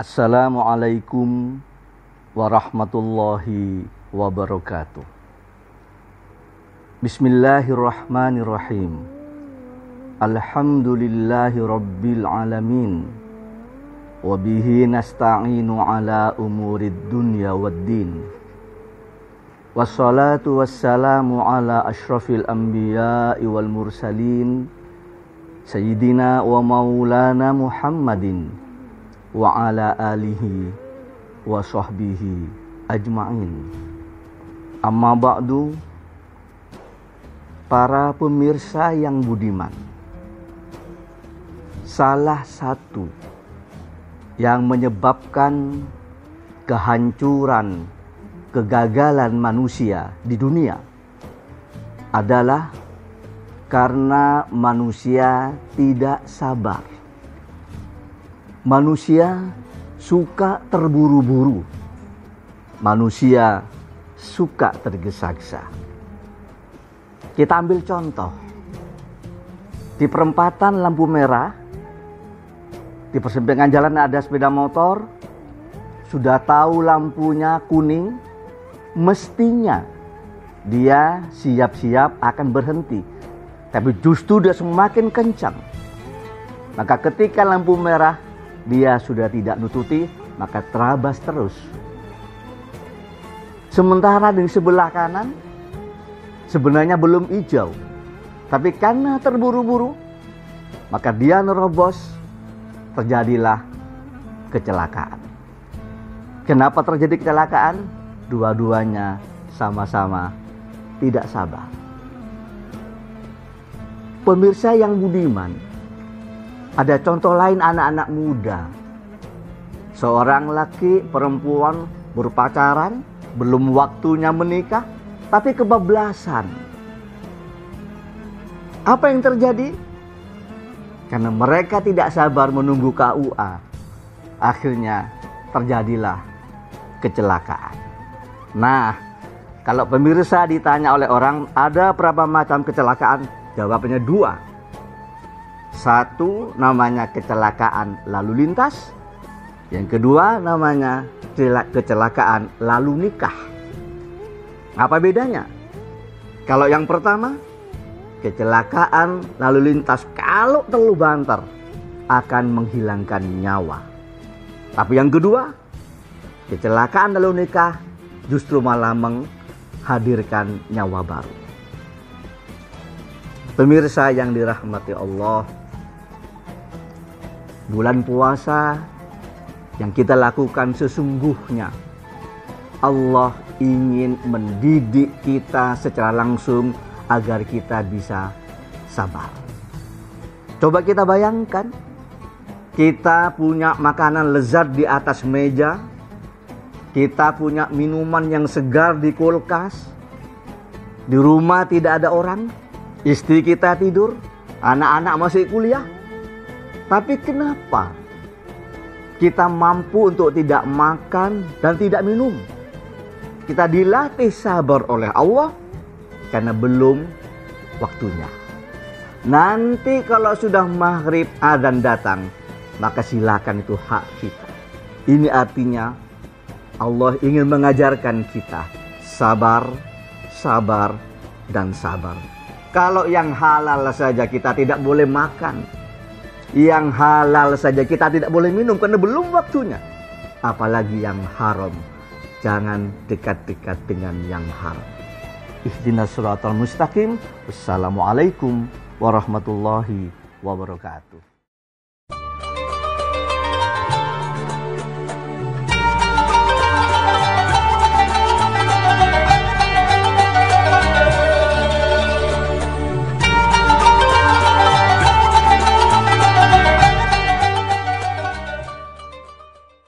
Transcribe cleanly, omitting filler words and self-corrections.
Assalamualaikum warahmatullahi wabarakatuh. Bismillahirrahmanirrahim. Alhamdulillahi rabbil alamin. Wabihi nasta'inu ala umurid dunya waddin. Wassalatu wassalamu ala ashrafil anbiya'i wal mursalin, Sayyidina wa maulana Muhammadin wa ala alihi wa sahbihi ajma'in. Amma ba'du, para pemirsa yang budiman, salah satu yang menyebabkan kehancuran, kegagalan manusia di dunia adalah karena manusia tidak sabar. Manusia suka terburu-buru. Manusia suka tergesa-gesa. Kita ambil contoh. Di perempatan lampu merah, di persimpangan jalan ada sepeda motor, sudah tahu lampunya kuning, mestinya dia siap-siap akan berhenti. Tapi justru dia semakin kencang. Maka ketika lampu merah, dia sudah tidak nututi, maka terabas terus. Sementara di sebelah kanan sebenarnya belum hijau, tapi karena terburu-buru, maka dia nerobos, terjadilah kecelakaan. Kenapa terjadi kecelakaan? Dua-duanya sama-sama tidak sabar. Pemirsa yang budiman, ada contoh lain anak-anak muda. Seorang laki perempuan berpacaran, belum waktunya menikah, tapi kebablasan. Apa yang terjadi? Karena mereka tidak sabar menunggu KUA. Akhirnya terjadilah kecelakaan. Nah, kalau pemirsa ditanya oleh orang, ada berapa macam kecelakaan? Jawabannya dua. Satu namanya kecelakaan lalu lintas. Yang kedua namanya kecelakaan lalu nikah. Apa bedanya? Kalau yang pertama, kecelakaan lalu lintas kalau terlalu banter akan menghilangkan nyawa. Tapi yang kedua, kecelakaan lalu nikah justru malah menghadirkan nyawa baru. Pemirsa yang dirahmati Allah, bulan puasa yang kita lakukan sesungguhnya Allah ingin mendidik kita secara langsung agar kita bisa sabar. Coba kita bayangkan, kita punya makanan lezat di atas meja, kita punya minuman yang segar di kulkas, di rumah tidak ada orang, istri kita tidur, anak-anak masih kuliah. Tapi kenapa kita mampu untuk tidak makan dan tidak minum? Kita dilatih sabar oleh Allah karena belum waktunya. Nanti kalau sudah maghrib adzan datang, maka silakan, itu hak kita. Ini artinya Allah ingin mengajarkan kita sabar, sabar, dan sabar. Kalau yang halal saja kita tidak boleh makan, yang halal saja kita tidak boleh minum karena belum waktunya, apalagi yang haram. Jangan dekat-dekat dengan yang haram. Ihdinas siratal mustaqim. Wassalamualaikum warahmatullahi wabarakatuh.